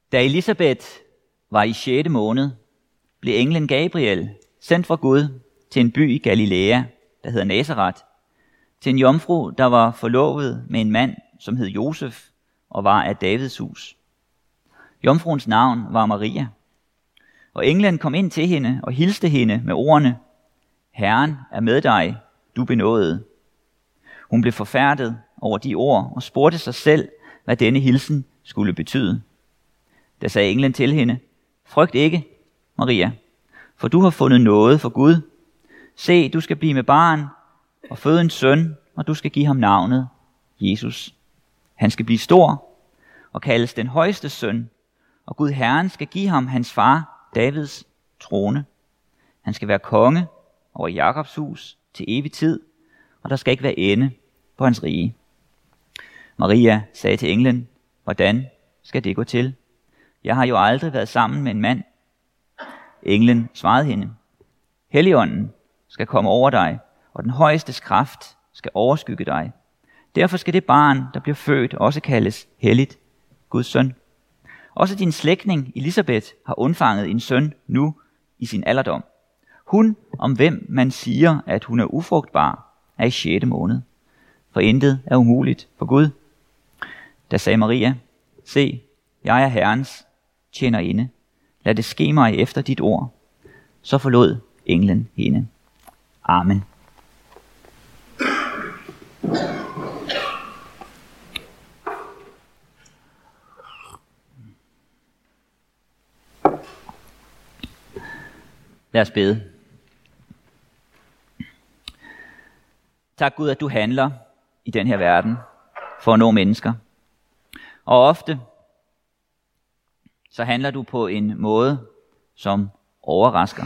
Da Elisabeth var i 6. måned, blev englen Gabriel sendt fra Gud til en by i Galilea, der hedder Nazaret, til en jomfru, der var forlovet med en mand, som hed Josef og var af Davids hus. Jomfruens navn var Maria, og englen kom ind til hende og hilste hende med ordene: Herren er med dig, du benådede. Hun blev forfærdet over de ord og spurgte sig selv, hvad denne hilsen skulle betyde. Da sagde englen til hende: Frygt ikke, Maria, for du har fundet noget for Gud. Se, du skal blive med barn og føde en søn, og du skal give ham navnet Jesus. Han skal blive stor og kaldes den højeste søn, og Gud Herren skal give ham hans far Davids trone. Han skal være konge over Jakobs hus til evig tid, og der skal ikke være ende på hans rige. Maria sagde til englen: Hvordan skal det gå til? Jeg har jo aldrig været sammen med en mand. Englen svarede hende: Helligånden skal komme over dig, og den højestes kraft skal overskygge dig. Derfor skal det barn, der bliver født, også kaldes helligt, Guds søn. Også din slægtning Elisabeth har undfanget en søn nu i sin alderdom. Hun, om hvem man siger, at hun er ufrugtbar, er i 6. måned. For intet er umuligt for Gud. Da sagde Maria: Se, jeg er Herrens tjenerinde. Lad det ske mig efter dit ord. Så forlod englen hende. Amen. Lad os bede. Tak Gud, at du handler i den her verden for at nå mennesker. Og ofte så handler du på en måde, som overrasker.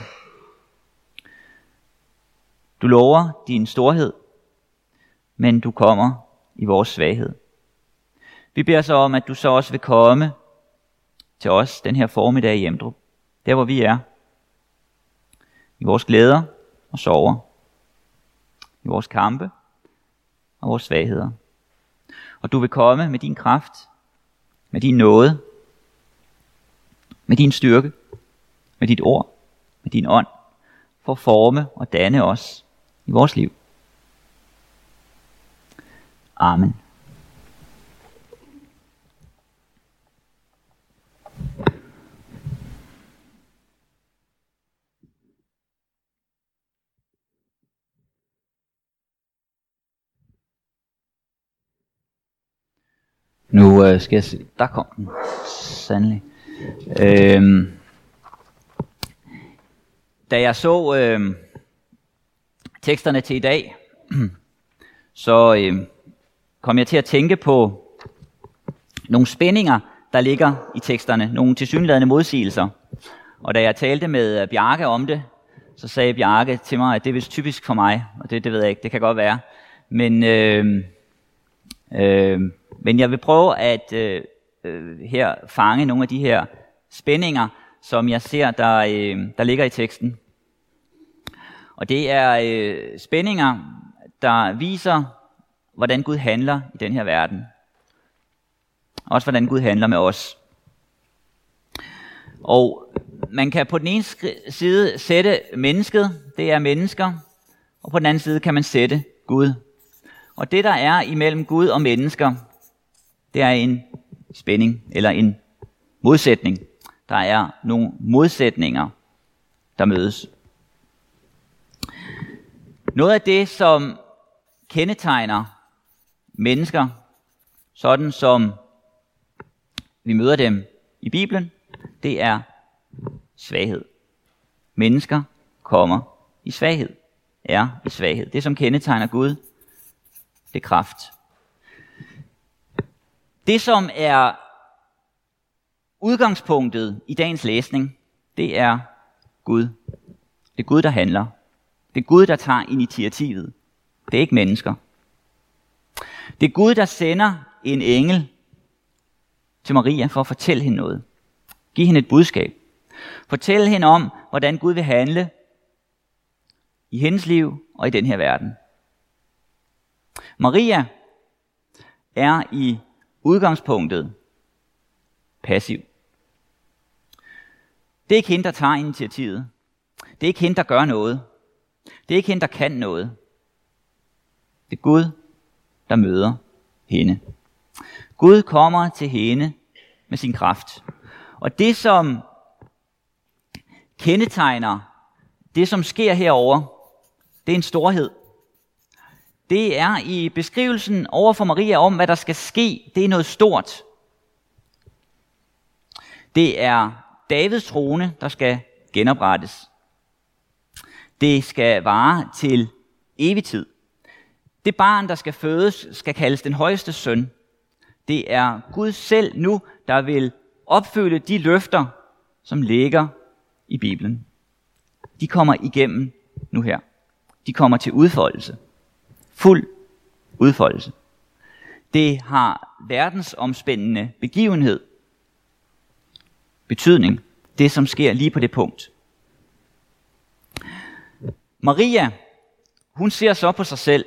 Du lover din storhed, men du kommer i vores svaghed. Vi beder så om, at du så også vil komme til os den her formiddag i Emdrup, der hvor vi er. I vores glæder og sorger. I vores kampe og vores svagheder. Og du vil komme med din kraft, med din nåde, med din styrke, med dit ord, med din ånd, for at forme og danne os i vores liv. Amen. Nu skal jeg se, der kom den, sandelig. Da jeg så teksterne til i dag, så kom jeg til at tænke på nogle spændinger, der ligger i teksterne, nogle tilsyneladende modsigelser. Og da jeg talte med Bjarke om det, så sagde Bjarke til mig, at det er vist typisk for mig, og det ved jeg ikke, det kan godt være. Men jeg vil prøve at her fange nogle af de her spændinger, som jeg ser, der ligger i teksten. Og det er spændinger, der viser, hvordan Gud handler i den her verden. Også hvordan Gud handler med os. Og man kan på den ene side sætte mennesket, det er mennesker, og på den anden side kan man sætte Gud. Og det der er imellem Gud og mennesker, det er en spænding eller en modsætning. Der er nogle modsætninger, der mødes. Noget af det, som kendetegner mennesker, sådan som vi møder dem i Bibelen, det er svaghed. Mennesker kommer i svaghed, er i svaghed. Det, som kendetegner Gud, det er kraft. Det, som er udgangspunktet i dagens læsning, det er Gud. Det er Gud, der handler. Det er Gud, der tager initiativet. Det er ikke mennesker. Det er Gud, der sender en engel til Maria for at fortælle hende noget. Giv hende et budskab. Fortæl hende om, hvordan Gud vil handle i hendes liv og i den her verden. Maria er i udgangspunktet passiv. Det er ikke hende, der tager initiativet. Det er ikke hende, der gør noget. Det er ikke hende, der kan noget. Det er Gud, der møder hende. Gud kommer til hende med sin kraft. Og det, som kendetegner det, som sker herover, det er en storhed. Det er i beskrivelsen over for Maria om, hvad der skal ske. Det er noget stort. Det er Davids trone, der skal genoprettes. Det skal vare til evig tid. Det barn, der skal fødes, skal kaldes den højeste søn. Det er Gud selv nu, der vil opfylde de løfter, som ligger i Bibelen. De kommer igennem nu her. De kommer til udfoldelse. Fuld udfoldelse. Det har verdensomspændende begivenhed. Betydning. Det, som sker lige på det punkt. Maria, hun ser så på sig selv.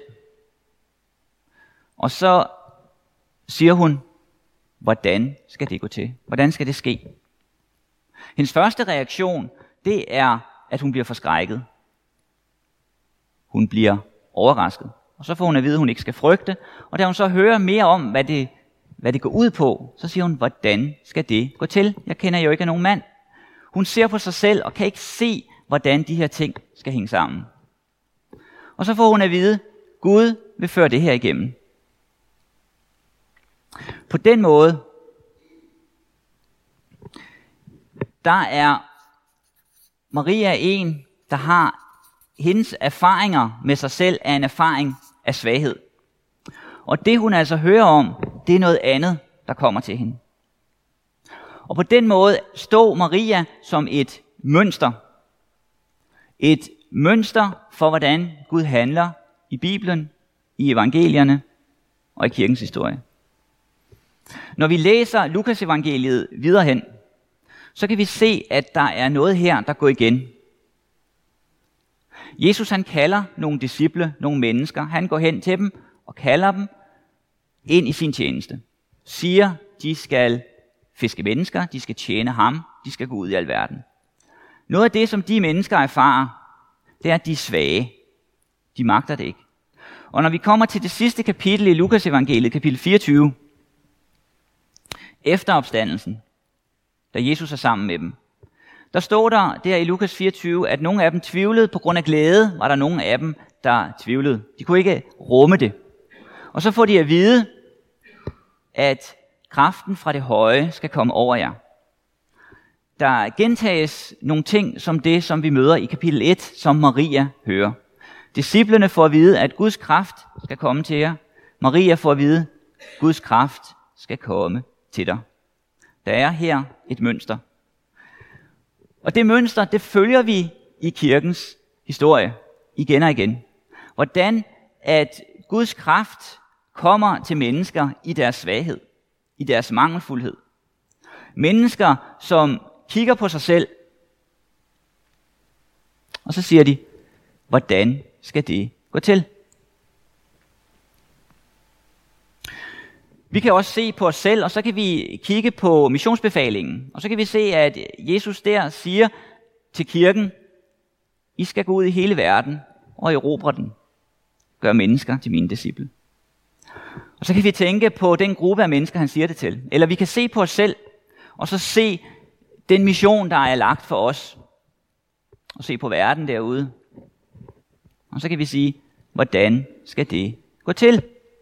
Og så siger hun, hvordan skal det gå til? Hvordan skal det ske? Hendes første reaktion, det er, at hun bliver forskrækket. Hun bliver overrasket. Og så får hun at vide, at hun ikke skal frygte. Og da hun så hører mere om, hvad det går ud på, så siger hun, hvordan skal det gå til? Jeg kender jo ikke nogen mand. Hun ser på sig selv og kan ikke se, hvordan de her ting skal hænge sammen. Og så får hun at vide, Gud vil føre det her igennem. På den måde, der er Maria en, der har hendes erfaringer med sig selv er en erfaring af svaghed. Og det hun altså hører om, det er noget andet, der kommer til hende. Og på den måde står Maria som et mønster. Et mønster for, hvordan Gud handler i Bibelen, i evangelierne og i kirkens historie. Når vi læser Lukas evangeliet videre hen, så kan vi se, at der er noget her, der går igen. Jesus han kalder nogle disciple, nogle mennesker. Han går hen til dem og kalder dem ind i sin tjeneste. Siger, de skal fiske mennesker, de skal tjene ham, de skal gå ud i alverden. Noget af det, som de mennesker erfarer, det er, at de er svage. De magter det ikke. Og når vi kommer til det sidste kapitel i Lukas evangeliet, kapitel 24, efter opstandelsen, da Jesus er sammen med dem, der står der i Lukas 24, at nogle af dem tvivlede på grund af glæde, var der nogle af dem, der tvivlede. De kunne ikke rumme det. Og så får de at vide, at kraften fra det høje skal komme over jer. Der gentages nogle ting som det, som vi møder i kapitel 1, som Maria hører. Disciplene får at vide, at Guds kraft skal komme til jer. Maria får at vide, at Guds kraft skal komme til dig. Der er her et mønster. Og det mønster, det følger vi i kirkens historie igen og igen. Hvordan at Guds kraft kommer til mennesker i deres svaghed, i deres mangelfuldhed. Mennesker, som kigger på sig selv, og så siger de, hvordan skal det gå til? Vi kan også se på os selv, og så kan vi kigge på missionsbefalingen. Og så kan vi se, at Jesus der siger til kirken, I skal gå ud i hele verden og erobre den. Gør mennesker til mine disciple. Og så kan vi tænke på den gruppe af mennesker, han siger det til. Eller vi kan se på os selv, og så se den mission, der er lagt for os. Og se på verden derude. Og så kan vi sige, hvordan skal det gå til?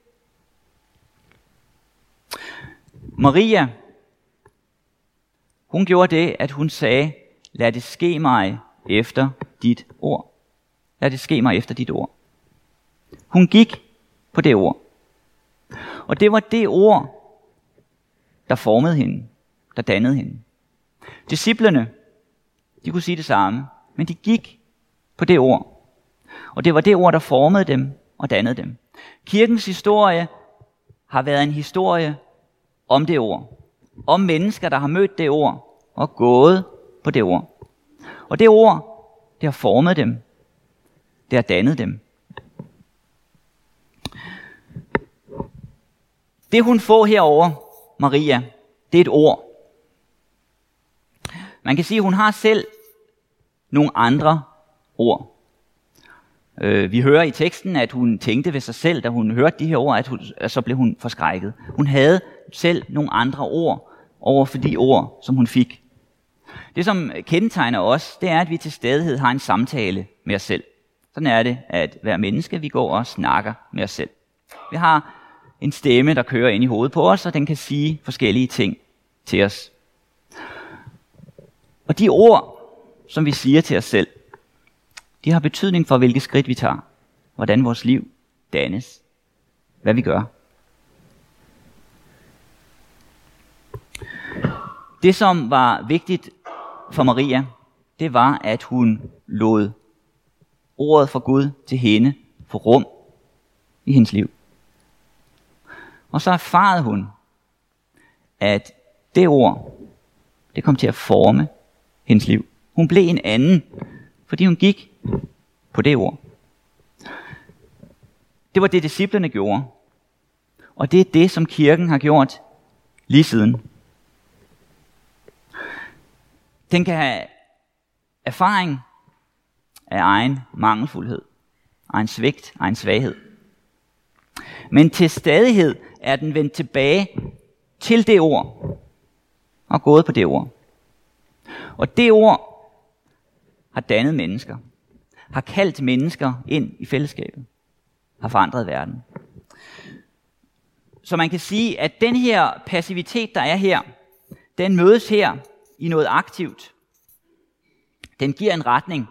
Maria, hun gjorde det, at hun sagde, lad det ske mig efter dit ord. Lad det ske mig efter dit ord. Hun gik på det ord. Og det var det ord, der formede hende, der dannede hende. Disciplene, de kunne sige det samme, men de gik på det ord. Og det var det ord, der formede dem og dannede dem. Kirkens historie har været en historie om det ord. Om mennesker, der har mødt det ord og gået på det ord. Og det ord, det har formet dem. Det har dannet dem. Det hun får herover, Maria, det er et ord. Man kan sige, at hun har selv nogle andre ord. Vi hører i teksten, at hun tænkte ved sig selv, da hun hørte de her ord, at så blev hun forskrækket. Hun havde selv nogle andre ord over for de ord, som hun fik. Det, som kendetegner os, det er, at vi til stadighed har en samtale med os selv. Sådan er det at være menneske. Vi går og snakker med os selv. Vi har en stemme, der kører ind i hovedet på os, og den kan sige forskellige ting til os. Og de ord, som vi siger til os selv, de har betydning for, hvilke skridt vi tager, hvordan vores liv dannes, hvad vi gør. Det, som var vigtigt for Maria, det var, at hun lod ordet fra Gud til hende få rum i hendes liv. Og så erfarede hun, at det ord, det kom til at forme hendes liv. Hun blev en anden, fordi hun gik på det ord. Det var det, disciplene gjorde. Og det er det, som kirken har gjort lige siden. Den kan have erfaring af egen mangelfuldhed, egen svigt, egen svaghed. Men til stadighed er den vendt tilbage til det ord og gået på det ord. Og det ord har dannet mennesker, har kaldt mennesker ind i fællesskabet, har forandret verden. Så man kan sige, at den her passivitet, der er her, den mødes her i noget aktivt. Den giver en retning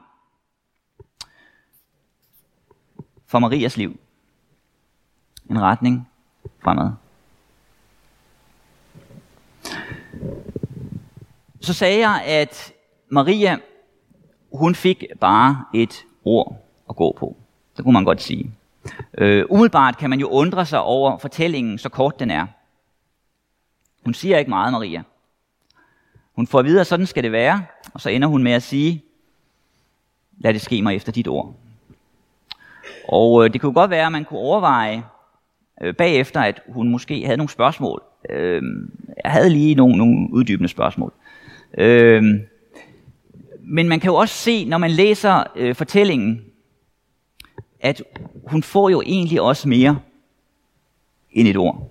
for Marias liv. En retning fremad. Så sagde jeg, at Maria, hun fik bare et ord at gå på. Det kunne man godt sige. Umiddelbart kan man jo undre sig over fortællingen, så kort den er. Hun siger ikke meget, Maria. Hun får at vide, at sådan skal det være, og så ender hun med at sige, lad det ske mig efter dit ord. Og det kunne godt være, at man kunne overveje bagefter, at hun måske havde nogle spørgsmål. Jeg havde lige nogle uddybende spørgsmål. Men man kan jo også se, når man læser fortællingen, at hun får jo egentlig også mere end et ord.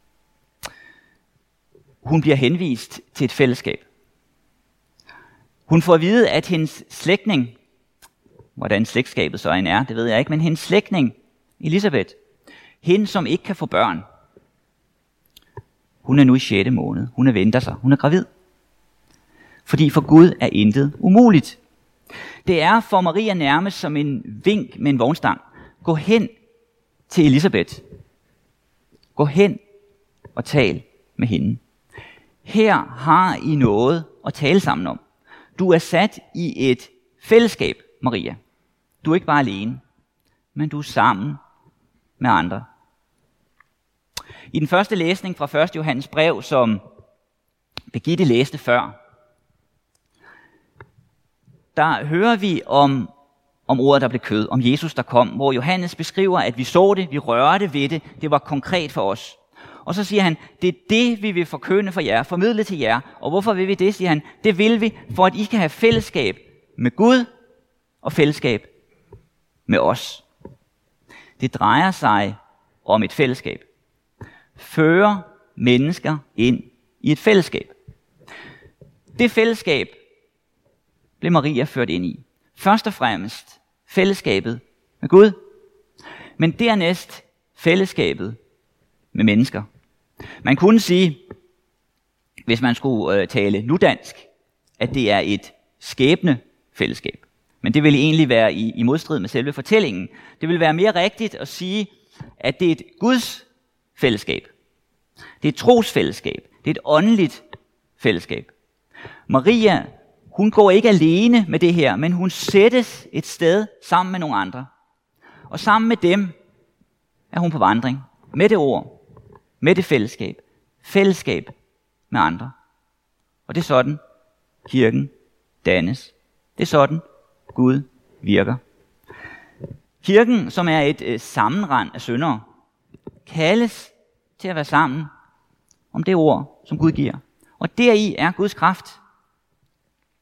Hun bliver henvist til et fællesskab. Hun får at vide, at hendes slægtning, hvordan slægtskabet så end er, det ved jeg ikke, men hendes slægtning, Elisabeth, hende som ikke kan få børn, hun er nu i 6. måned. Hun venter sig. Hun er gravid. Fordi for Gud er intet umuligt. Det er for Maria nærmest som en vink med en vognstang. Gå hen til Elisabeth. Gå hen og tal med hende. Her har I noget at tale sammen om. Du er sat i et fællesskab, Maria. Du er ikke bare alene, men du er sammen med andre. I den første læsning fra 1. Johannes brev, som Birgitte læste før, der hører vi om ordet, der blev kød, om Jesus, der kom, hvor Johannes beskriver, at vi så det, vi rørte ved det, det var konkret for os. Og så siger han, det er det, vi vil forkynde for jer, formidle til jer. Og hvorfor vil vi det, siger han? Det vil vi, for at I kan have fællesskab med Gud og fællesskab med os. Det drejer sig om et fællesskab. Føre mennesker ind i et fællesskab. Det fællesskab blev Maria ført ind i. Først og fremmest fællesskabet med Gud, men dernæst fællesskabet med mennesker. Man kunne sige, hvis man skulle tale nudansk, at det er et skæbnefællesskab. Men det vil egentlig være i modstrid med selve fortællingen. Det vil være mere rigtigt at sige, at det er et Guds fællesskab. Det er et trosfællesskab. Det er et åndeligt fællesskab. Maria, hun går ikke alene med det her, men hun sættes et sted sammen med nogle andre. Og sammen med dem er hun på vandring. Med det ord, med det fællesskab. Fællesskab med andre. Og det er sådan, kirken dannes. Det er sådan, Gud virker. Kirken, som er et sammenrend af syndere, kaldes til at være sammen om det ord, som Gud giver. Og deri er Guds kraft.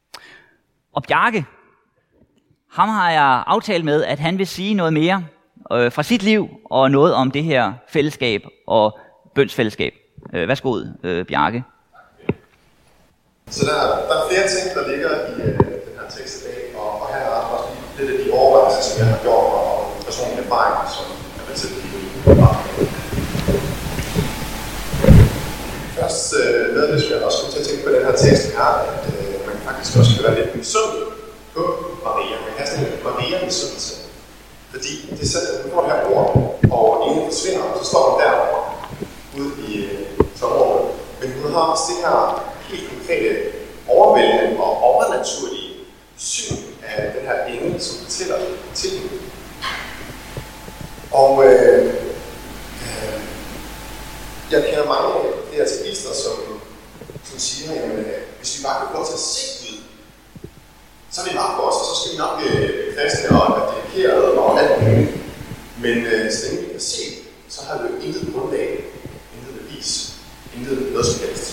Og Bjarke, ham har jeg aftalt med, at han vil sige noget mere fra sit liv, og noget om det her fællesskab og bønsfællesskab. Værsgo, Bjarke. Så der er flere ting, der ligger i den her tekst i dag, og her er også lidt af de overvejelser, som jeg har gjort mig, og personlige erfaringer, som jeg vil til at give Først noget af det, som jeg også kommer til at tænke på den her tekst, er, at man faktisk også kan være lidt misundelig på Maria. Man kan have sådan en Maria-misundelse. Fordi det sætter, at hun får det her ord, og ingen forsvinder, og så står hun derovre, ude i sommerrummet. Men hun har også det her helt konkrete overvældende og overnaturlige syn af den her engel, som fortæller til hende. Og jeg kender mange ateister, som siger, at hvis vi bare kan få lov til at se Gud, så er det nok for os, og så skal vi nok blive kristne og være dedikerede og alt muligt. Men så længe vi kan se, så har vi jo intet grundlag, intet bevis, intet noget som helst.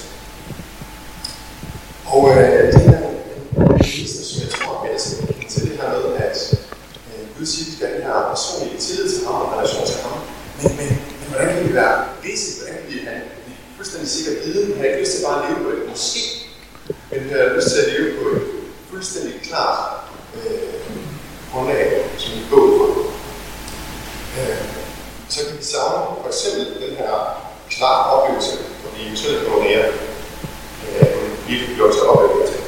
Og det er en ateister, som jeg tror, at vi altid kan kende til det her med, at Gud siger, at vi skal have den her personlige tillid til ham og relation til ham. Men hvordan kan vi være basic? Hvordan kan vi have fuldstændig sikker viden? Jeg har ikke lyst til bare at leve på et måske, men jeg har lyst til at leve på et fuldstændig klart grundlag, som vi går ud fra. Så kan vi savne for eksempel den her klare oplevelse, hvor vi eventuelt går nære, vi kan blive til at opleve til.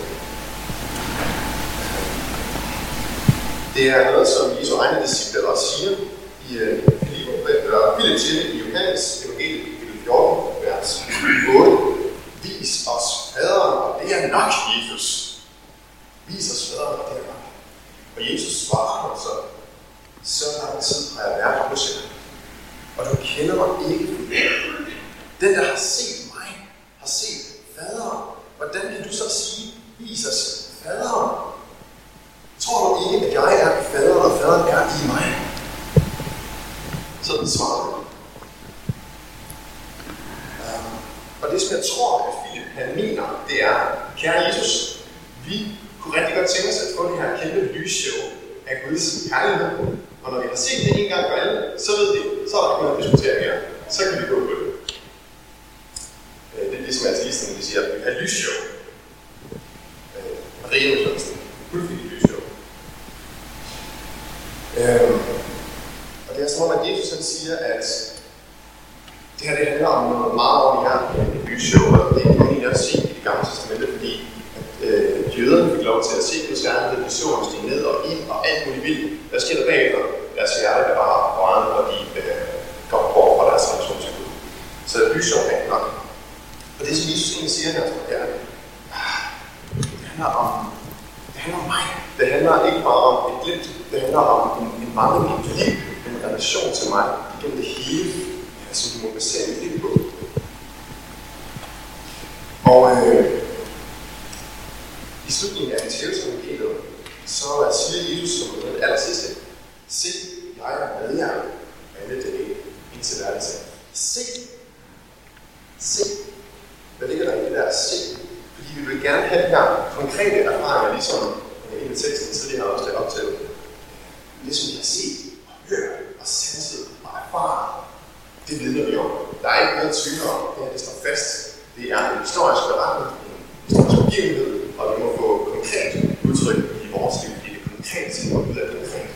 Det er noget, som Jesu egne disciple også siger i Philip siger i Johannes evangeliet, kapitel 14, vers 8. Vis os faderen, og det er nok, Jesus. Vis os faderen, og det er nok. Og Jesus svarer ham så lang tid har jeg været hos jer, og du kender mig ikke. Den, der har set mig, har set faderen. Hvordan kan du så sige, vis os faderen? Tror du ikke, at jeg er i faderen, og faderen er i mig? Sådan svarer han. Og det, som jeg tror, at Philip han mener, det er, kære Jesus, vi kunne rigtig godt tænke os at få det her kæmpe lysshow af Guds kærlighed. Og når vi har set det en gang for alle, så ved vi, så er der ikke noget at diskutere mere. Så kan vi gå på det. Det er ligesom ateisterne, de siger, at vi har lysshow. Maria-misundsen. Fuldfældig lysshow. Og det er som om, at Jesus han siger, at det her det handler om noget meget ordentligt her, et lysshow, og det er ikke kun at se i det gamle testamente, fordi at jøderne fik lov til at se Guds kærlighed, de så ham stige ned og ind og alt muligt vildt. Hvad sker der bagefter? Deres hjerte er bare brændt, og de går bort fra deres relation til Gud. Så det lysshow er ikke nok. Og det som Jesus egentlig siger her, det handler om mig. Det handler ikke bare om et glimt, det handler om en mange et liv, en relation til mig, igennem det hele, som du må basere mit liv på. Og i slutningen af Matthæus-evangeliet, så siger Jesus som det allersidste, se, jeg er med jer alle dage indtil verdens ende. Se. Hvad ligger der i det der se? Fordi vi vil gerne have de her konkrete erfaringer, ligesom i teksten tidligere også det op til. Det som vi har set og hørt og sanset og erfaret, det vidner vi om. Der er ikke noget tvivl om, det står fast. Det er en historisk beretning, en historisk begivenhed, og vi må få konkret udtryk i vores liv, fordi det er konkret til at ud af konkret.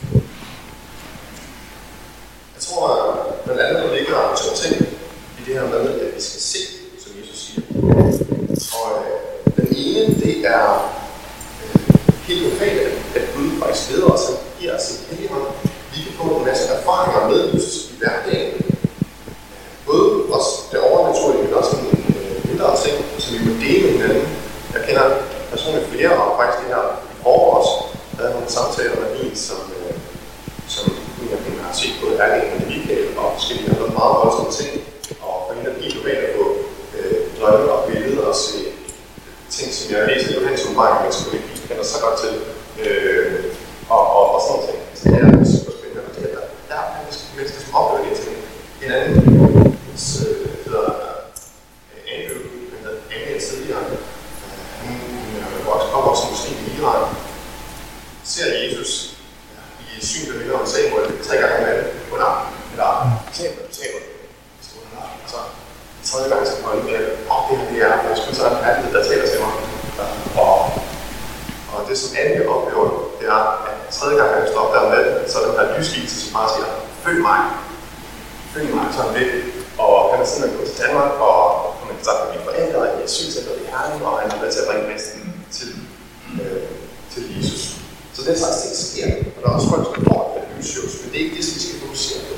Jeg tror, blandt andet der ligger to ting i det her med, at vi skal se, som Jesus siger. Og den ene, det er helt konkret, at Gud faktisk leder os, og giver os en hellig hånd. Vi kan få en masse erfaringer med Jesus i hverdagen. Både også det overnaturlige, men også nogle mindre ting, som vi må dele med hinanden. Jeg kender personligt flere, og faktisk det her i forår også, der er nogle samtaler med en, som jeg har set både Erling og Michael, og forskellige andre meget voldsomme ting, og for hende er helt normalt at få drømme og billeder og se ting, som jeg har læst i Johannes åbenbaring, men som jeg ikke kender så godt til, og sådan ting. Så det er super spændende, og der er faktisk mennesker, som oplever de ting. En anden hedder Anne tidligere. Hun er opvokset muslim i Iran, ser Jesus i syn, der minder om Samuel 3 gange om natten på navn, eller Samuel. Og så tredje gang, så kommer jeg det er, for jeg skulle så en herlighed, der taler til mig. Og det, som Anne oplever, det er, at tredje gang, jeg står op der om natten, så er den her lysskikkelse, som bare siger, følg mig, sådan lidt. Og han er sådan gået til Danmark, og han har sagt med mine forældre, at jeg synes, at det er herligt, og han har været til at bringe resten til Jesus. Så den slags ting sker, og der er også folk, som får et lysshows, men det er ikke det, som vi skal fokusere på.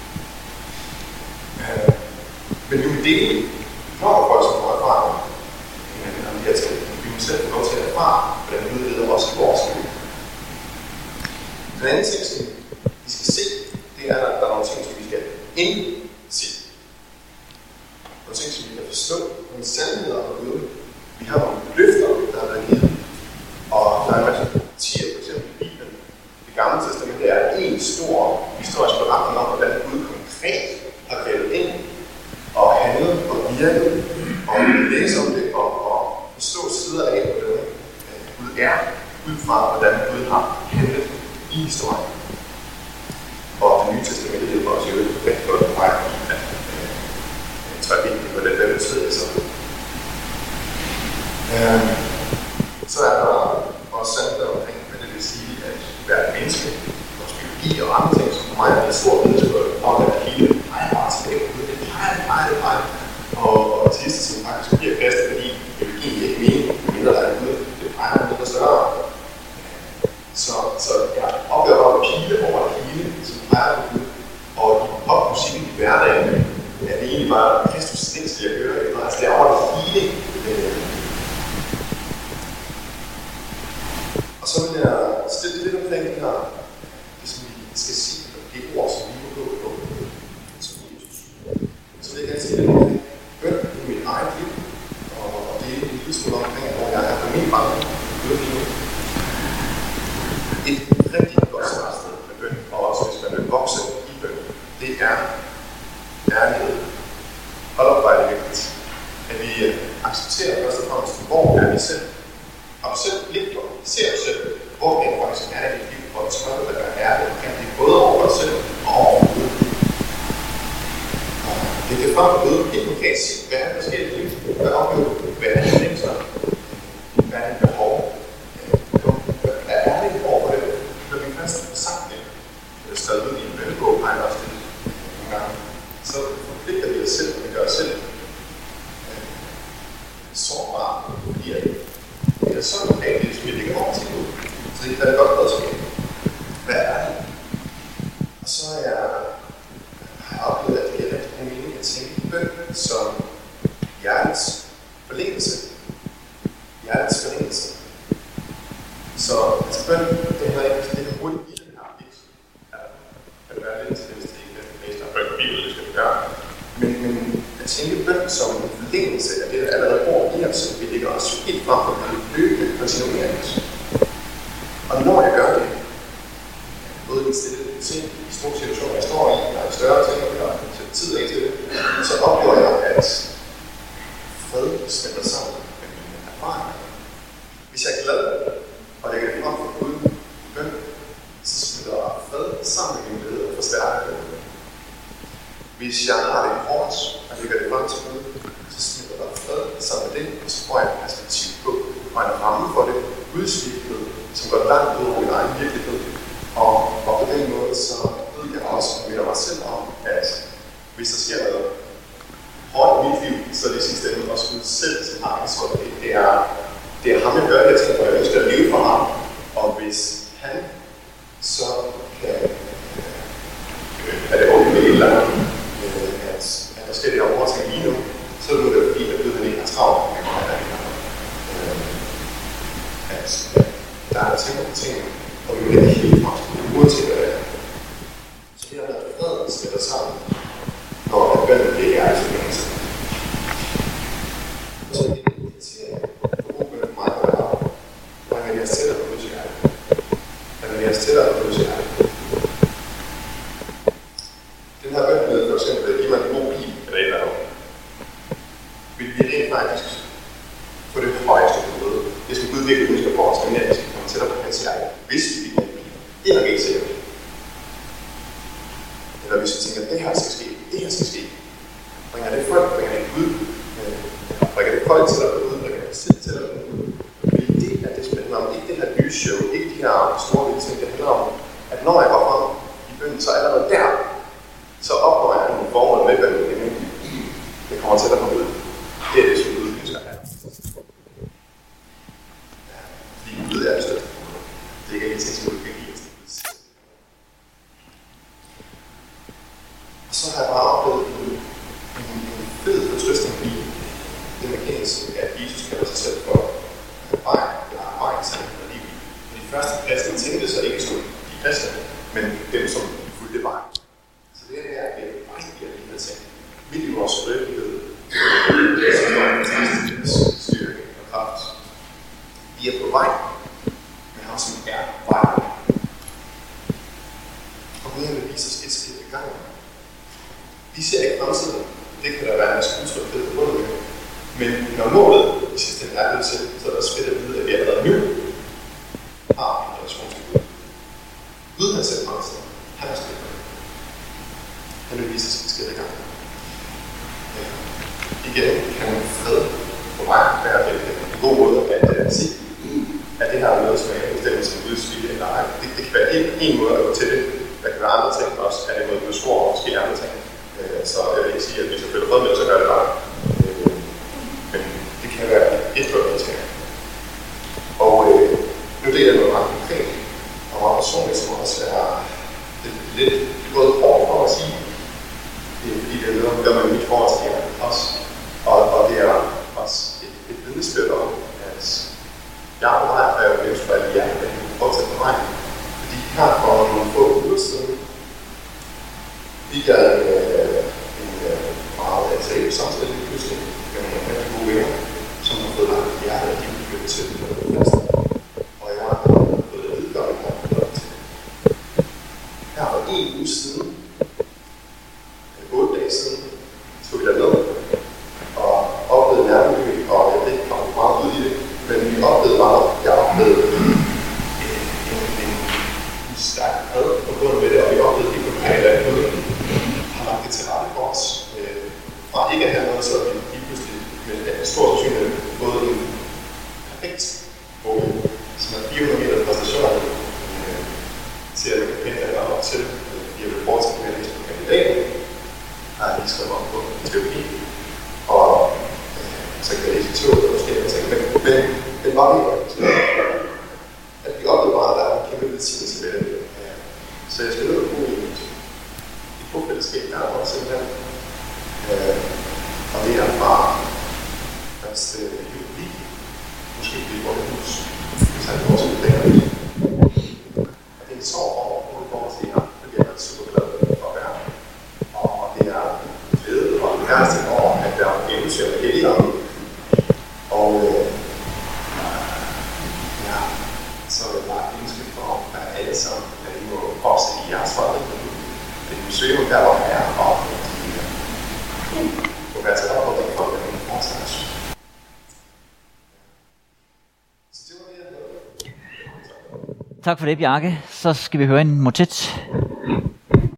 Men vi vil dele, når der er folk, som får erfaring om de her ting, vi må selv få lov til at erfare, hvordan Gud leder også i vores liv. Den anden ting, som vi skal se, det er, at der er nogle ting, som vi skal indse. Nogle ting, som vi kan forstå, nogle sandheder om Gud. Vi har nogle løfter, der er været givet, og der er en masse partier, for eksempel i Bibelen. Det gamle testament, det er en stor historisk beretning om, hvordan Gud konkret har grebet ind og handlet og virket, og læse om det og forstå sider af, hvordan Gud er, ud fra hvordan Gud har handlet i historien. Og det nye testament hjælper os jo rigtig godt på vej, at trække ind på den der betyder så. Så er der også sandhed omkring, hvad det vil sige at være et menneske, vores biologi og andre ting, som for mig er en stor vidensbørd om at hele peger bare tilbage på det. Det peger. Og til sidst, som faktisk bliver kastet, fordi biologien ikke mening, mindre der er noget, det peger noget større. Så jeg oplever bare pile over det hele, som peger på Gud, og i popmusikken i hverdagen, er det egentlig bare Kristus næste, jeg hører, altså det er over det hele. Og så vil jeg stille lidt omkring det her, det som vi skal sige, det ord, som vi må gå på, som Jesus. Så vil jeg gerne sige lidt omkring bøn i mit eget liv, og det er en lille smule omkring, hvor jeg er på min bange, et rigtig godt startsted med bøn, og også hvis man vil vokse i bøn, det er ærlighed. Hold op, hvor er det vigtigt, at vi accepterer først og fremmest, hvor er vi selv. Og selv lidt på, ser du selv, hvor det faktisk er i dit liv, hvor du spørger, hvad der er det, kan det både over dig selv og over Gud. Det kan frem og Gud helt konkret sige, hvad er forskellige liv, hvad oplever du, hvad er det længster, hvad er det behov, hvad er det over det, når vi først har sagt det, skrevet ud i en bønnebog, har jeg også det nogle gange, så forpligter vi os selv, og vi gør os selv sårbare, fordi det er sådan en dag, som vi lægger over til Gud. Så det er godt redskab. Hvad er det? Og så har jeg oplevet, at det giver rigtig god mening at tænke bøn som hjertets forlængelse. Så altså bøn, det handler ikke om, det kan hurtigt i den her vis. Kan det være lidt til, hvis det ikke er det meste af bøn på Bibelen, det skal vi gøre. Men at tænke bøn som en forlængelse af det, der allerede bor i os, så vi ligger os helt frem for at løbe kontinuerligt. Og når jeg gør det, både i en stille ting, i små situationer, jeg står i, eller i større ting, eller sætter tid af til det, så oplever jeg, at fred smelter sammen med mine erfaringer. Hvis jeg er glad, og lægger det frem for Gud i bøn, så smelter fred sammen med min glæde og forstærker det. Hvis jeg har det hårdt, og lægger det frem til Gud, så smitter der fred sammen med det, og så får jeg et perspektiv på, og en ramme for det, Guds virkelighed, som går langt ud over min egen virkelighed. Og på den måde, så ved jeg også, og minder mig selv om, at hvis der sker noget hårdt i mit liv, så er det sidste ende også Gud selv, som har ansvar for det. Det er ham, jeg gør det til, for jeg ønsker at leve for ham. Og hvis han så kan er det okay med et eller andet, at der sker det her overting lige nu, så er det fordi, at Gud ikke har travlt med mig derinde. At der er ting på ting, og vi vil helt frem, uanset hvad det er. Så det er der fred smitter sammen, når at bønnen bliver hjertet til mennesker. Og så er det et kriterie for god bøn for mig at være. Hvordan er det jeres tættere på Guds hjerte? Hvordan er det jeres tættere på Guds hjerte? Den her bøn med for eksempel, at give mig en god bil eller et eller andet, vil vi rent faktisk få det højeste på Gud. Det skal Gud virkelig ønske for os, hvis vi fik den bil, det er nok ikke sikkert. Eller hvis vi tænker, det her skal ske, bringer det folk, bringer det Gud, bringer det folk til at gå ud, bringer det selv til at gå ud. Fordi det er det spændende om, ikke det her lysshow, ikke de her store vilde ting, det handler om, at når jeg går frem i bønnen, så allerede der, så opnår jeg nogle forhold med, hvad det kommer til at gå ud. Det er det, som Gud ønsker her. Fordi Gud er det største. Det er ikke en ting, som Gud kan give os. Og så har jeg bare oplevet en fed fortrøstning i det mekaniske, at Jesus kalder sig selv for vejen, sandheden og livet. De første kristne tænkte sig ikke som de kristne, men dem, som fulgte vejen. Så det er en rigtig lille ting. Midt i vores skrøbelighed, så står en fantastisk styrke og kraft. Vi er på vej med ham, som er vejen. Og Gud vil vise os et skridt i gangen. Vi ser ikke fremtiden. Det kan der være en masse utryghed på bundet med. Men når målet i sidste ende er blevet til, så er der også fedt at vide, at vi allerede nu har en relation til Gud. Gud har selv fremtiden. Han er skridt. Han vil vise os et skridt i gangen. Igen kan fred for mig være en god måde at sige, at det her er noget, som er bestemt som Guds vilje eller ej. Det kan være en måde at gå til det. Der kan være andre ting også. Er det noget, Guds ord og måske andre ting. Så jeg vil ikke sige, at hvis jeg føler fred med, så gør det bare. Men det kan være et godt ting. Og nu det er noget ret konkret og meget personligt, som også er lidt gået hårdt for at sige. Det er fordi, det er noget, der gør man mit forhold til jer også. Og det er også et vidnesbyrd om, at jeg og mig er jo ønsker, at jeg kan fortsætte på vejen. Fordi her for nogle få uger siden, fik jeg en meget seriøs samtale lige pludselig med nogle rigtig gode venner, som har fået lagt i hjertet, at de vil flytte til noget fast. Og jeg har fået at vide, at jeg har fået til. Her for en uge siden, 8 dage siden, tog vi derned og oplevede nærmere, og jeg ved ikke, kom meget ud i det, men vi oplevede meget, jeg oplevede en stærk fred på grund af det, og vi oplevede ikke lokalt, at Gud har lagt det til rette for os. Fra ikke at have noget, så vi lige pludselig med en stor sandsynlighed både en perfekt bolig, som er 400 meter fra stationen, til at vi kan pænt at op til, vi har fortsat med at læse på kandidaten, har jeg lige skrevet om på teologi, og så kan jeg læse i tog, og forskellige ting, men var det at vi oplevede bare, at der er en kæmpe velsignelse med det. Så jeg skal nødt at bruge et bofællesskab, der er også simpelthen. Og det er fra 1. juli, måske blive vores hus, hvis han får sin dag. Og det er en sorg over, hvor vi går til jer, fordi jeg er super glad for at være. Og det er glæde og en værste over, at der er eventyr med helligånden. Og så er det bare et ønske for at alle sammen, at I må opsætte i jeres forhold. Det er museum, der hvor er, og de må være til opholdning for at være fortsat. Tak for det, Bjarke. Så skal vi høre en motet.